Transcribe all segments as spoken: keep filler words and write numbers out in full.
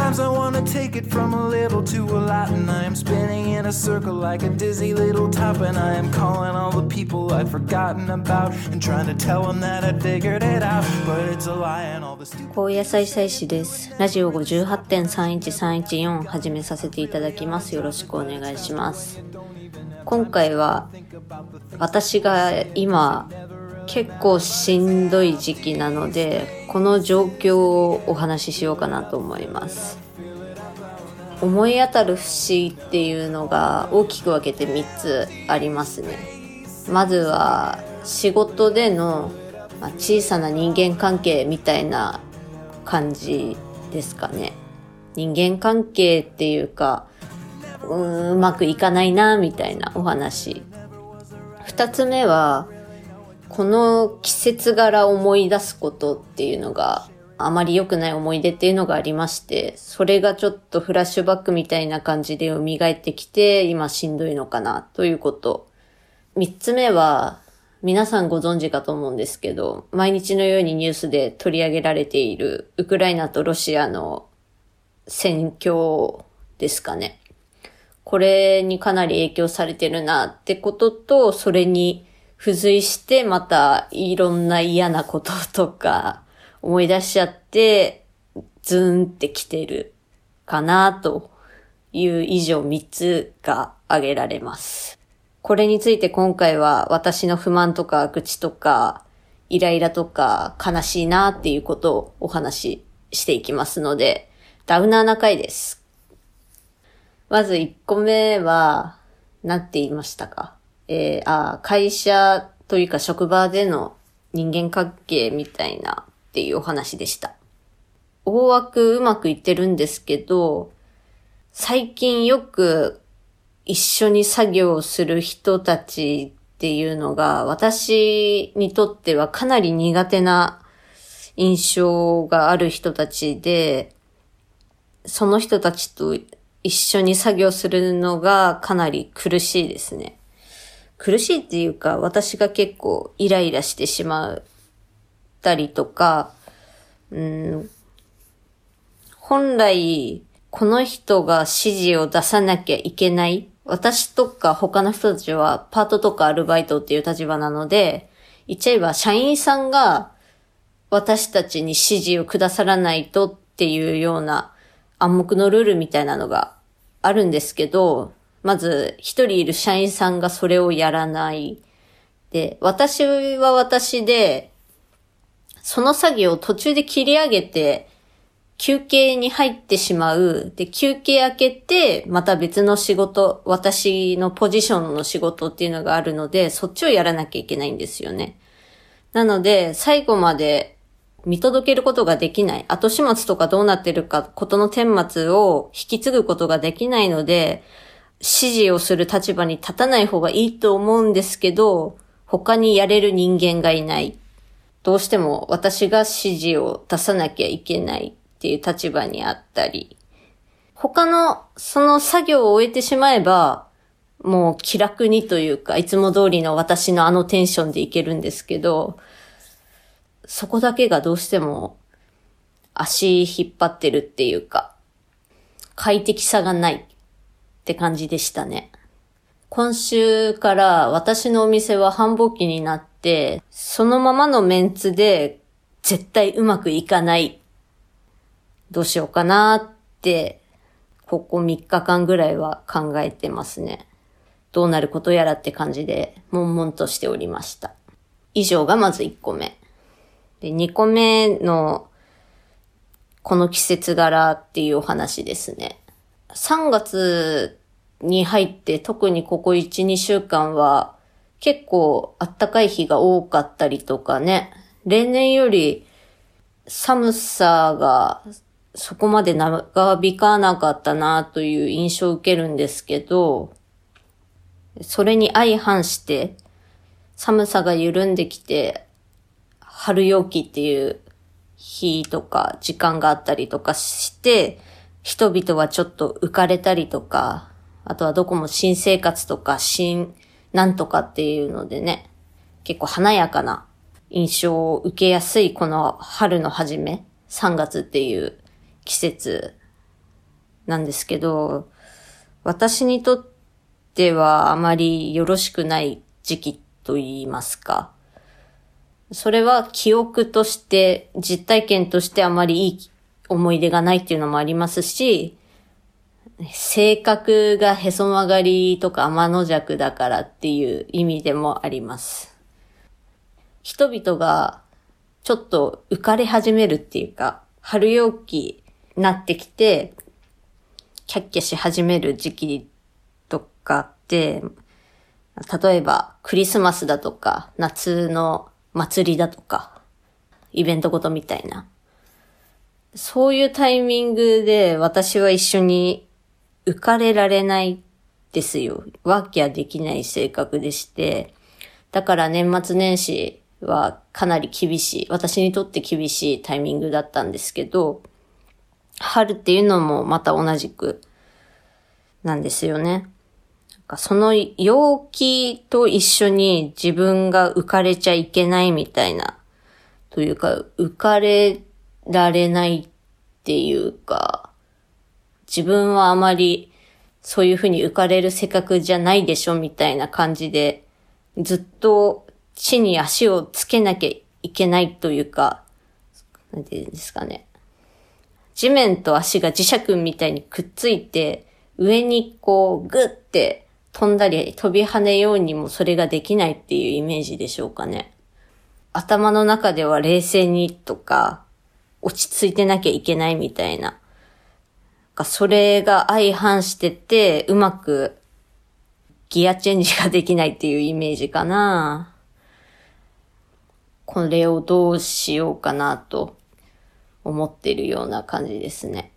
Sometimes I wanna take it from a little to a lot, and I am spinning in a circle like a dizzy little top, and I am calling all the people I'd forgotten about and trying to tell them that I figured it out, but it's a lie and all the stupid. 高野菜菜師です。ラジオ ごじゅうはちてんさんいちさんいちよん 始めさせていただきます。よろしくお願いします。今回は私が今結構しんどい時期なので、この状況をお話ししようかなと思います。思い当たる節っていうのが大きく分けてみっつありますね。まずは仕事での小さな人間関係みたいな感じですかね。人間関係っていうか、うーん、うまくいかないなみたいなお話。二つ目はこの季節柄思い出すことっていうのがあまり良くない思い出っていうのがありまして、それがちょっとフラッシュバックみたいな感じで蘇ってきて、今しんどいのかなということ。三つ目は皆さんご存知かと思うんですけど、毎日のようにニュースで取り上げられているウクライナとロシアの戦況ですかね。これにかなり影響されてるなってことと、それに付随してまたいろんな嫌なこととか思い出しちゃってズーンってきてるかなという以上みっつが挙げられます。これについて今回は私の不満とか愚痴とかイライラとか悲しいなっていうことをお話ししていきますので、ダウナーな回です。まずいっこめは何て言いましたか？えー、あ会社というか職場での人間関係みたいなっていうお話でした。大枠うまくいってるんですけど、最近よく一緒に作業をする人たちっていうのが私にとってはかなり苦手な印象がある人たちで、その人たちと一緒に作業するのがかなり苦しいですね。苦しいっていうか、私が結構イライラしてしまったりとか、うーん、本来この人が指示を出さなきゃいけない。私とか他の人たちはパートとかアルバイトっていう立場なので、言っちゃえば社員さんが私たちに指示をくださらないとっていうような暗黙のルールみたいなのがあるんですけど、まず一人いる社員さんがそれをやらない。で、私は私で、その作業を途中で切り上げて、休憩に入ってしまう。で、休憩明けて、また別の仕事、私のポジションの仕事っていうのがあるので、そっちをやらなきゃいけないんですよね。なので、最後まで見届けることができない。後始末とかどうなってるか、ことの顛末を引き継ぐことができないので、指示をする立場に立たない方がいいと思うんですけど、他にやれる人間がいない。どうしても私が指示を出さなきゃいけないっていう立場にあったり、他のその作業を終えてしまえば、もう気楽にというか、いつも通りの私のあのテンションでいけるんですけど、そこだけがどうしても足引っ張ってるっていうか、快適さがないって感じでしたね。今週から私のお店は繁忙期になって、そのままのメンツで絶対うまくいかない。どうしようかなって、ここみっかかんぐらいは考えてますね。どうなることやらって感じで、悶々としておりました。以上がまずいっこめ。で、にこめの、この季節柄っていうお話ですね。さんがつに入って特にここいち、にしゅうかんは結構暖かい日が多かったりとかね。例年より寒さがそこまで長引かなかったなという印象を受けるんですけど、それに相反して寒さが緩んできて春陽気っていう日とか時間があったりとかして、人々はちょっと浮かれたりとか、あとはどこも新生活とか新なんとかっていうのでね、結構華やかな印象を受けやすいこの春の初め、さんがつっていう季節なんですけど、私にとってはあまりよろしくない時期と言いますか。それは記憶として、実体験としてあまりいい思い出がないっていうのもありますし、性格がへそ曲がりとか天の弱だからっていう意味でもあります。人々がちょっと浮かれ始めるっていうか、春陽気になってきて、キャッキャし始める時期とかって、例えばクリスマスだとか、夏の祭りだとか、イベントごとみたいな。そういうタイミングで私は一緒に浮かれられないですよ。ワーキャーできない性格でして、だから年末年始はかなり厳しい、私にとって厳しいタイミングだったんですけど、春っていうのもまた同じくなんですよね。なんかその陽気と一緒に自分が浮かれちゃいけないみたいな、というか浮かれられないっていうか、自分はあまりそういうふうに浮かれる性格じゃないでしょみたいな感じで、ずっと地に足をつけなきゃいけないというか、なんていうんですかね。地面と足が磁石みたいにくっついて、上にこうグッて飛んだり飛び跳ねようにもそれができないっていうイメージでしょうかね。頭の中では冷静にとか、落ち着いてなきゃいけないみたいな。それが相反してて、うまくギアチェンジができないっていうイメージかな。これをどうしようかなと思っているような感じですね。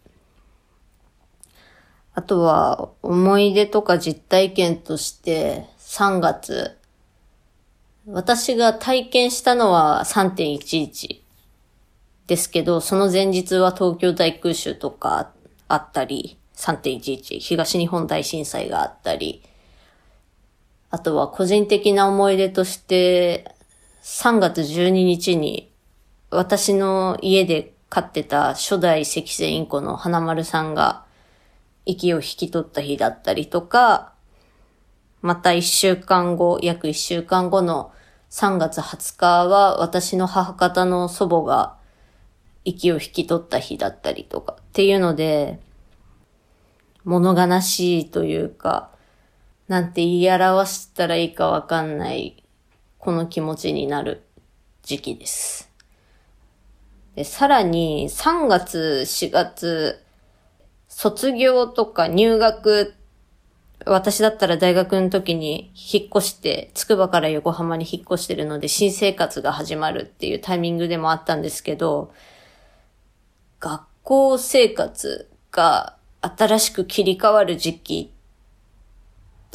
あとは思い出とか実体験としてさんがつ、私が体験したのは さんてんいちいち ですけど、その前日は東京大空襲とかあったり、さんてんいちいち 東日本大震災があったり、あとは個人的な思い出としてさんがつじゅうににちに私の家で飼ってた初代赤星インコの花丸さんが息を引き取った日だったりとか、またいっしゅうかんご、約いっしゅうかんごのさんがつはつかは私の母方の祖母が息を引き取った日だったりとかっていうので、物悲しいというか、なんて言い表したらいいかわかんないこの気持ちになる時期です。で、さらにさんがつ、しがつ、卒業とか入学、私だったら大学の時に引っ越して、筑波から横浜に引っ越してるので新生活が始まるっていうタイミングでもあったんですけど、学校生活が新しく切り替わる時期って、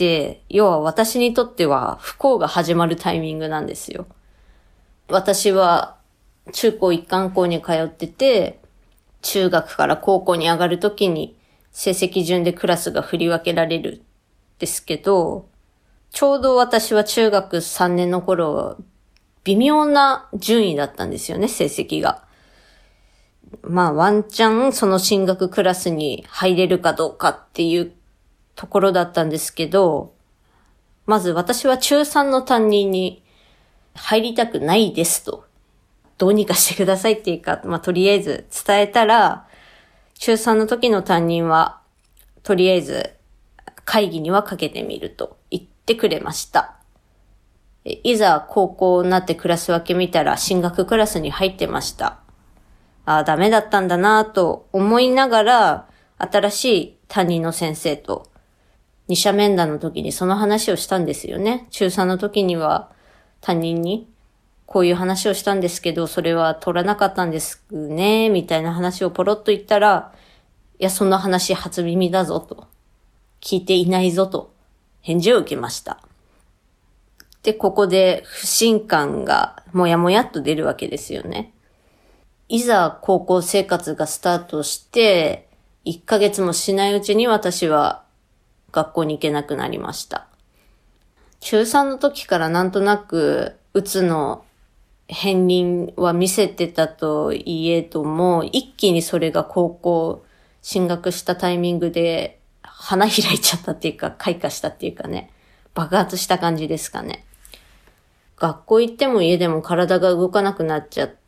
要は私にとっては不幸が始まるタイミングなんですよ。私は中高一貫校に通ってて、中学から高校に上がるときに成績順でクラスが振り分けられるんですけど、ちょうど私は中学さんねんの頃、微妙な順位だったんですよね、成績が。まあワンチャンその進学クラスに入れるかどうかっていうところだったんですけど、まず私は中さんの担任に入りたくないですと。どうにかしてくださいっていうか、まあ、とりあえず伝えたら、中さんの時の担任は、とりあえず会議にはかけてみると言ってくれました。いざ高校になってクラス分け見たら進学クラスに入ってました。ああ、ダメだったんだなぁと思いながら、新しい担任の先生と二者面談の時にその話をしたんですよね。中さんの時には担任に、こういう話をしたんですけど、それは取らなかったんですね、みたいな話をポロッと言ったら、いや、そんな話初耳だぞと、聞いていないぞと、返事を受けました。で、ここで不信感がもやもやっと出るわけですよね。いざ高校生活がスタートして、いっかげつもしないうちに私は学校に行けなくなりました。中さんの時からなんとなく、うつの片鱗は見せてたといえども、一気にそれが高校進学したタイミングで花開いちゃったっていうか、開花したっていうかね、爆発した感じですかね。学校行っても家でも体が動かなくなっちゃって、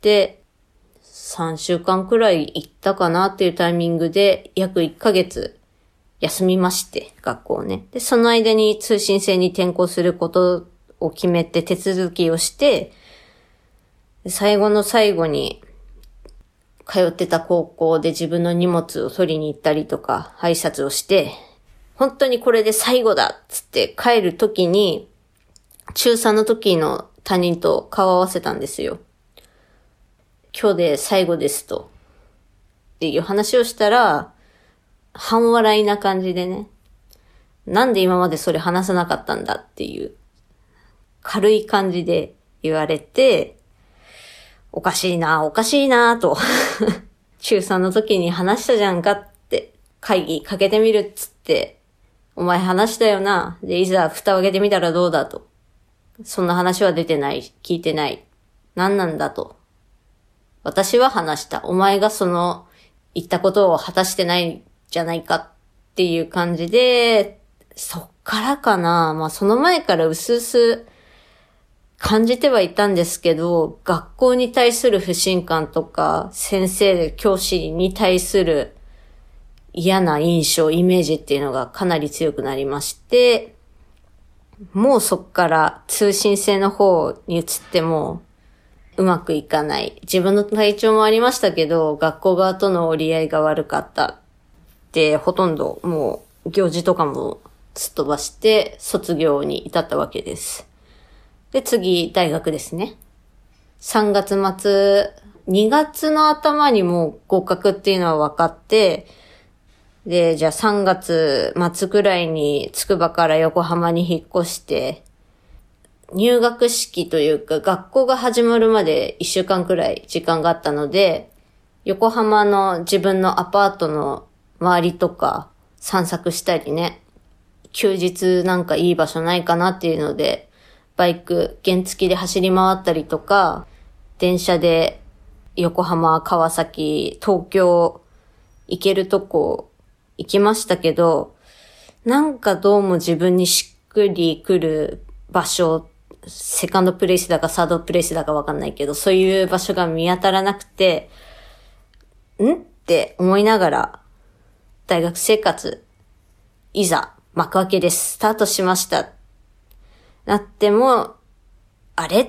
さんしゅうかんくらい行ったかなっていうタイミングで、約いっかげつ休みまして、学校をね。で、その間に通信制に転校することを決めて手続きをして、最後の最後に通ってた高校で自分の荷物を取りに行ったりとか挨拶をして、本当にこれで最後だっつって帰る時に、中さんの時の他人と顔を合わせたんですよ。今日で最後ですと。っていう話をしたら、半笑いな感じでね、なんで今までそれ話さなかったんだっていう軽い感じで言われて、おかしいな、おかしいなと中さんの時に話したじゃんかって会議かけてみるっつって、お前話したよな。で、いざ蓋を開けてみたらどうだと。そんな話は出てない、聞いてない。何なんだと。私は話した。お前がその言ったことを果たしてないじゃないかっていう感じで、そっからかな。まあその前からうすうす感じてはいたんですけど、学校に対する不信感とか、先生、教師に対する嫌な印象、イメージっていうのがかなり強くなりまして、もうそっから通信制の方に移ってもうまくいかない。自分の体調もありましたけど、学校側との折り合いが悪かった。で、ほとんどもう行事とかもすっ飛ばして卒業に至ったわけです。で、次、大学ですね。さんがつまつ、にがつの頭にもう合格っていうのは分かって、で、じゃあさんがつまつくらいに筑波から横浜に引っ越して、入学式というか学校が始まるまでいっしゅうかんくらい時間があったので、横浜の自分のアパートの周りとか散策したりね、休日なんかいい場所ないかなっていうので、バイク原付で走り回ったりとか、電車で横浜、川崎、東京行けるとこ行きましたけど、なんかどうも自分にしっくりくる場所、セカンドプレイスだかサードプレイスだかわかんないけど、そういう場所が見当たらなくて、んって思いながら、大学生活、いざ幕開けです。スタートしました。なっても、あれって、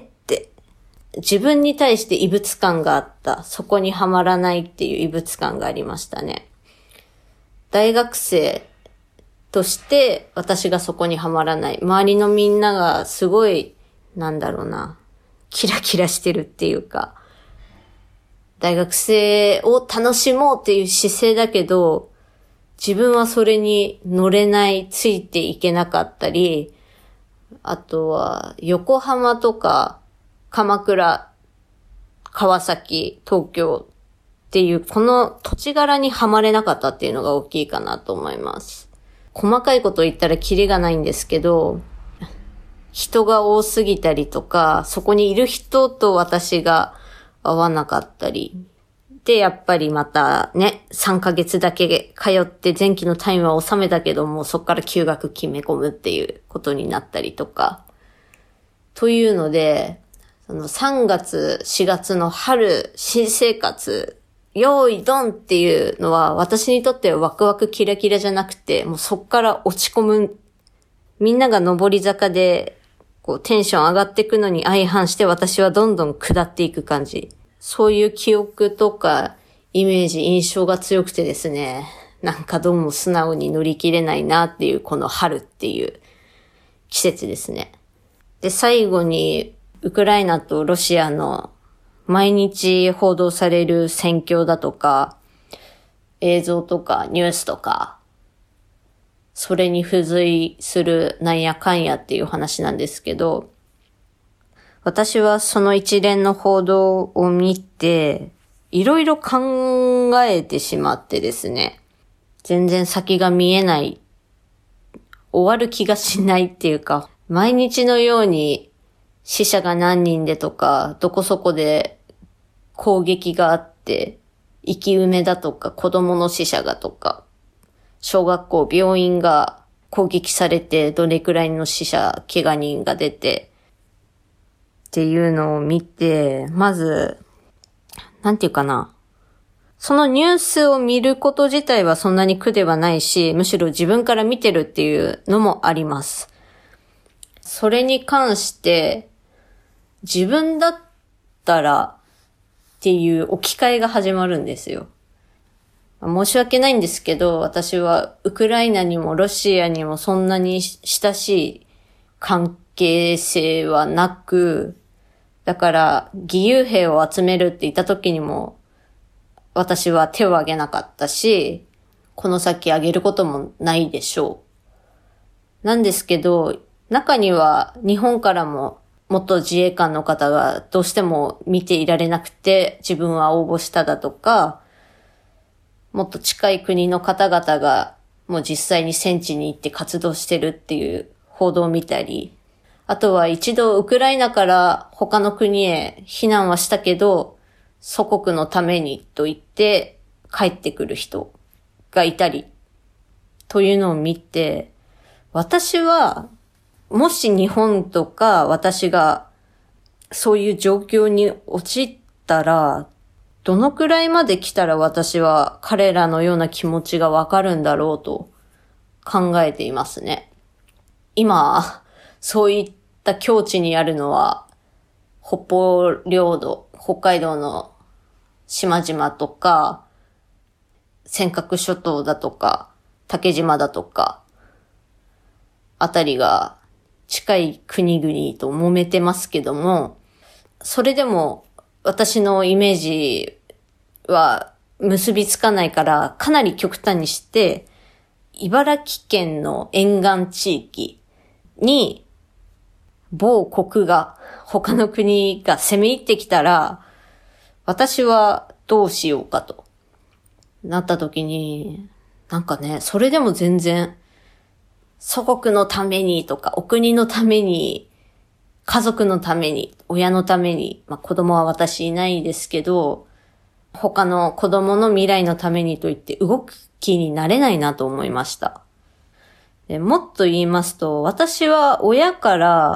自分に対して異物感があった。そこにはまらないっていう異物感がありましたね。大学生として私がそこにはまらない。周りのみんながすごい、なんだろうな、キラキラしてるっていうか、大学生を楽しもうっていう姿勢だけど、自分はそれに乗れない、ついていけなかったり、あとは横浜とか鎌倉、川崎、東京っていうこの土地柄にはまれなかったっていうのが大きいかなと思います。細かいこと言ったらキリがないんですけど、人が多すぎたりとか、そこにいる人と私が合わなかったり、で、やっぱりまたね、さんかげつだけ通って前期のタイムは収めたけども、そこから休学決め込むっていうことになったりとか。というので、そのさんがつ、しがつの春、新生活、用意ドンっていうのは私にとってはワクワクキラキラじゃなくて、もうそこから落ち込む、みんなが上り坂でこうテンション上がっていくのに相反して私はどんどん下っていく感じ。そういう記憶とかイメージ、印象が強くてですね、なんかどうも素直に乗り切れないなっていうこの春っていう季節ですね。で、最後にウクライナとロシアの毎日報道される戦況だとか、映像とかニュースとか、それに付随するなんやかんやっていう話なんですけど、私はその一連の報道を見て、いろいろ考えてしまってですね、全然先が見えない、終わる気がしないっていうか、毎日のように死者が何人でとか、どこそこで攻撃があって、 生き埋めだとか子供の死者がとか、小学校、病院が攻撃されてどれくらいの死者、怪我人が出てっていうのを見て、まず、なんていうかな。そのニュースを見ること自体はそんなに苦ではないし、むしろ自分から見てるっていうのもあります。それに関して、自分だったらっていう置き換えが始まるんですよ。申し訳ないんですけど、私はウクライナにもロシアにもそんなに親しい関係性はなく、だから義勇兵を集めるって言った時にも私は手を挙げなかったし、この先挙げることもないでしょう。なんですけど、中には日本からも元自衛官の方がどうしても見ていられなくて自分は応募しただとか、もっと近い国の方々がもう実際に戦地に行って活動してるっていう報道を見たり、あとは一度ウクライナから他の国へ避難はしたけど、祖国のためにと言って帰ってくる人がいたりというのを見て、私はもし日本とか私がそういう状況に陥ったら、どのくらいまで来たら私は彼らのような気持ちがわかるんだろうと考えていますね。今、そういった境地にあるのは北方領土、北海道の島々とか、尖閣諸島だとか、竹島だとか、あたりが近い国々と揉めてますけども、それでも私のイメージは結びつかないからかなり極端にして、茨城県の沿岸地域に某国が、他の国が攻め入ってきたら、私はどうしようかとなった時に、なんかね、それでも全然祖国のためにとか、お国のために、家族のために、親のために、まあ子供は私いないですけど、他の子供の未来のためにと言って動く気になれないなと思いました。でもっと言いますと、私は親から、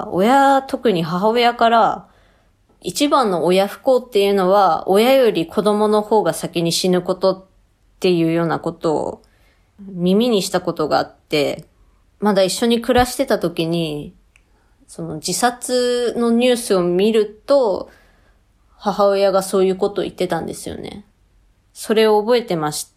親、特に母親から、一番の親不幸っていうのは、親より子供の方が先に死ぬことっていうようなことを耳にしたことがあって、まだ一緒に暮らしてた時に、その自殺のニュースを見ると、母親がそういうことを言ってたんですよね。それを覚えてまして、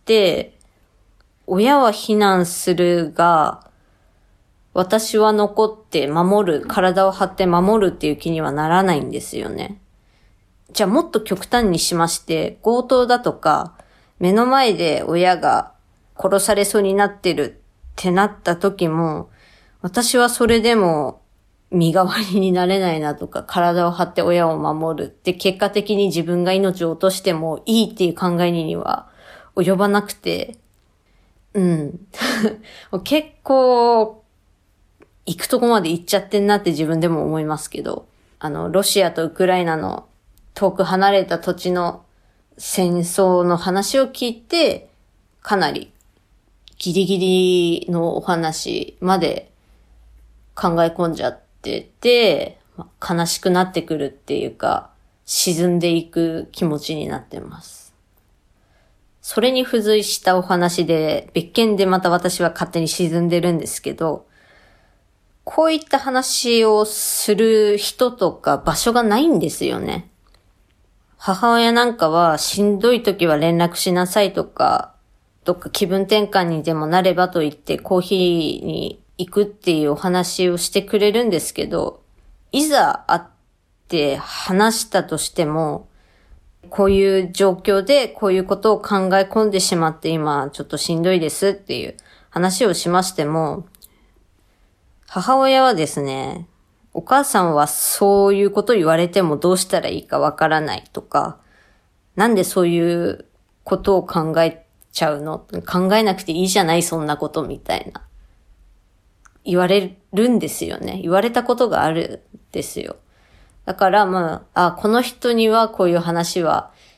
親は避難するが、私は残って守る、体を張って守るっていう気にはならないんですよね。じゃあもっと極端にしまして、強盗だとか、目の前で親が殺されそうになってるってなった時も、私はそれでも身代わりになれないなとか、体を張って親を守るって結果的に自分が命を落としてもいいっていう考えには及ばなくて、うん。結構、行くとこまで行っちゃってんなって自分でも思いますけど、あの、ロシアとウクライナの遠く離れた土地の戦争の話を聞いて、かなりギリギリのお話まで考え込んじゃってて、悲しくなってくるっていうか、沈んでいく気持ちになってます。それに付随したお話で、別件でまた私は勝手に沈んでるんですけど、こういった話をする人とか場所がないんですよね。母親なんかはしんどい時は連絡しなさいとか、どっか気分転換にでもなればと言ってコーヒーに行くっていうお話をしてくれるんですけど、いざ会って話したとしても、こういう状況でこういうことを考え込んでしまって今ちょっとしんどいですっていう話をしましても、母親はですね、お母さんはそういうこと言われてもどうしたらいいかわからないとか、なんでそういうことを考えちゃうの？考えなくていいじゃないそんなことみたいな。言われるんですよね。言われたことがあるんですよ。だからまあ、あ、この人にはこういう話は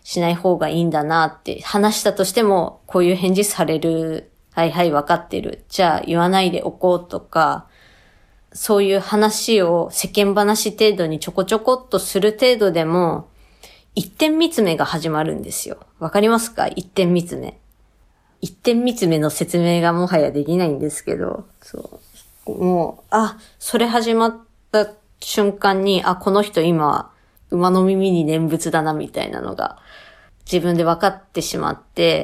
しない方がいいんだなって話したとしても、こういう返事される。はいはい、わかってる。じゃあ言わないでおこうとか、そういう話を世間話程度にちょこちょこっとする程度でも、一点見つめが始まるんですよ。わかりますか？一点見つめ。一点見つめの説明がもはやできないんですけど、そう。もう、あ、それ始まった瞬間に、あ、この人今、馬の耳に念仏だなみたいなのが自分で分かってしまって、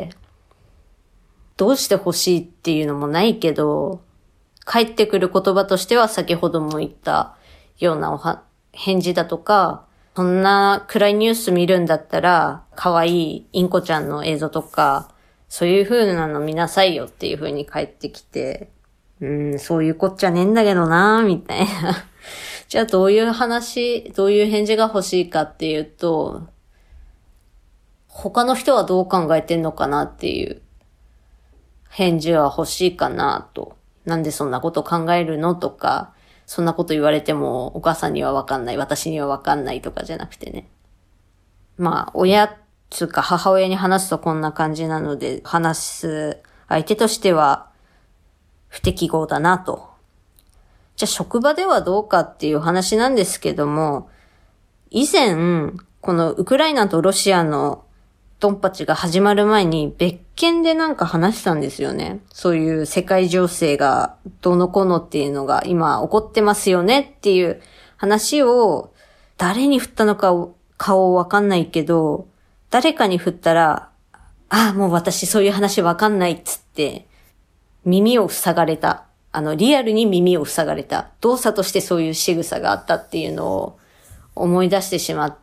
どうしてほしいっていうのもないけど、返ってくる言葉としては先ほども言ったようなおは返事だとか、そんな暗いニュース見るんだったら、可愛いインコちゃんの映像とか、そういう風なの見なさいよっていう風に返ってきて、うーん、そういうこっちゃねえんだけどなーみたいな。じゃあどういう話、どういう返事が欲しいかっていうと、他の人はどう考えてんのかなっていう返事は欲しいかなと。なんでそんなこと考えるのとか、そんなこと言われてもお母さんにはわかんない、私にはわかんないとかじゃなくてね。まあ、親つうか母親に話すとこんな感じなので、話す相手としては不適合だなと。じゃあ職場ではどうかっていう話なんですけども、以前、このウクライナとロシアのドンパチが始まる前に別件でなんか話したんですよね。そういう世界情勢がどうのこうのっていうのが今起こってますよねっていう話を誰に振ったのか顔わかんないけど、誰かに振ったら、ああ、もう私そういう話わかんないっつって耳を塞がれた。あの、リアルに耳を塞がれた。動作としてそういう仕草があったっていうのを思い出してしまって、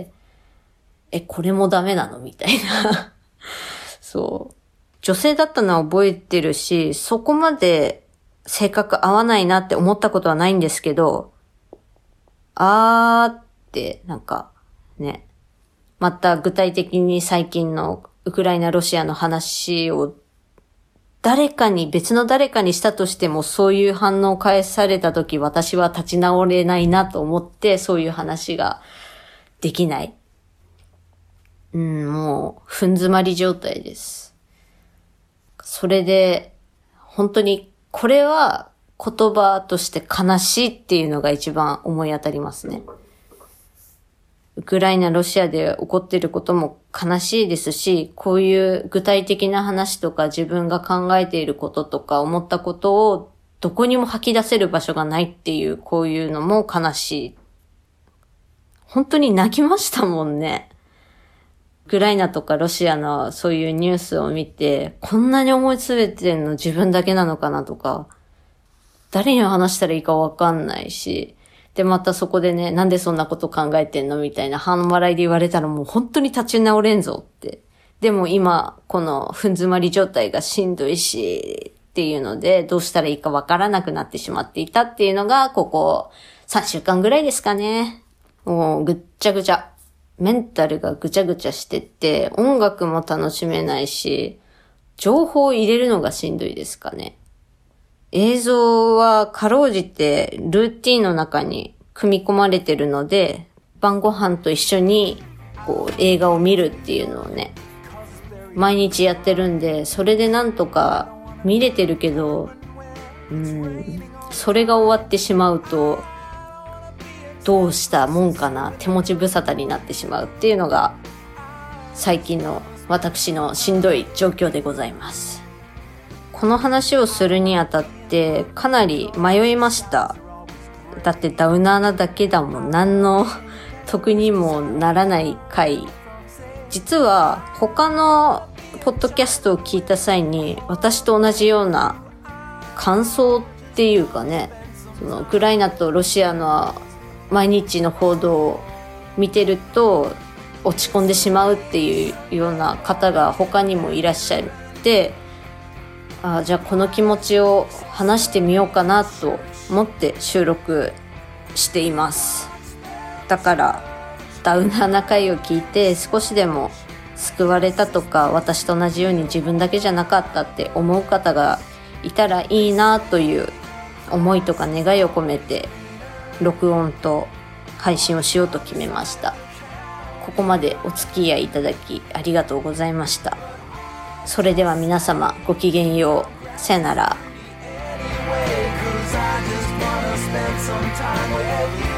え、これもダメなのみたいな。そう。女性だったのは覚えてるし、そこまで性格合わないなって思ったことはないんですけど、あーってなんかね、また具体的に最近のウクライナ・ロシアの話を誰かに、別の誰かにしたとしてもそういう反応を返されたとき私は立ち直れないなと思ってそういう話ができない。うん、もう、ふん詰まり状態です。それで、本当に、これは言葉として悲しいっていうのが一番思い当たりますね。ウクライナ、ロシアで起こっていることも悲しいですし、こういう具体的な話とか自分が考えていることとか思ったことをどこにも吐き出せる場所がないっていう、こういうのも悲しい。本当に泣きましたもんね。ウクライナとかロシアのそういうニュースを見て、こんなに思い詰めてんの自分だけなのかなとか、誰に話したらいいかわかんないし、でまたそこでね、なんでそんなこと考えてんのみたいな半笑いで言われたらもう本当に立ち直れんぞって。でも今、このふん詰まり状態がしんどいし、っていうので、どうしたらいいかわからなくなってしまっていたっていうのが、ここさんしゅうかんぐらいですかね。もうぐっちゃぐちゃ。メンタルがぐちゃぐちゃしてって、音楽も楽しめないし、情報を入れるのがしんどいですかね。映像はかろうじてルーティンの中に組み込まれてるので、晩ご飯と一緒にこう映画を見るっていうのをね、毎日やってるんで、それでなんとか見れてるけど、うーん、それが終わってしまうと、どうしたもんかな、手持ち無沙汰になってしまうっていうのが最近の私のしんどい状況でございます。この話をするにあたってかなり迷いました。だってダウナーなだけだもん、何の得にもならない回。実は他のポッドキャストを聞いた際に私と同じような感想っていうかね、そのウクライナとロシアの毎日の報道を見てると落ち込んでしまうっていうような方が他にもいらっしゃって、あ、じゃあこの気持ちを話してみようかなと思って収録しています。だからダウナーな回を聞いて少しでも救われたとか、私と同じように自分だけじゃなかったって思う方がいたらいいなという思いとか願いを込めて録音と配信をしようと決めました。 ここまでお付き合いいただきありがとうございました。それでは皆様ごきげんよう。さよなら。 Anyway, 'cause I just wanna spend some time with you.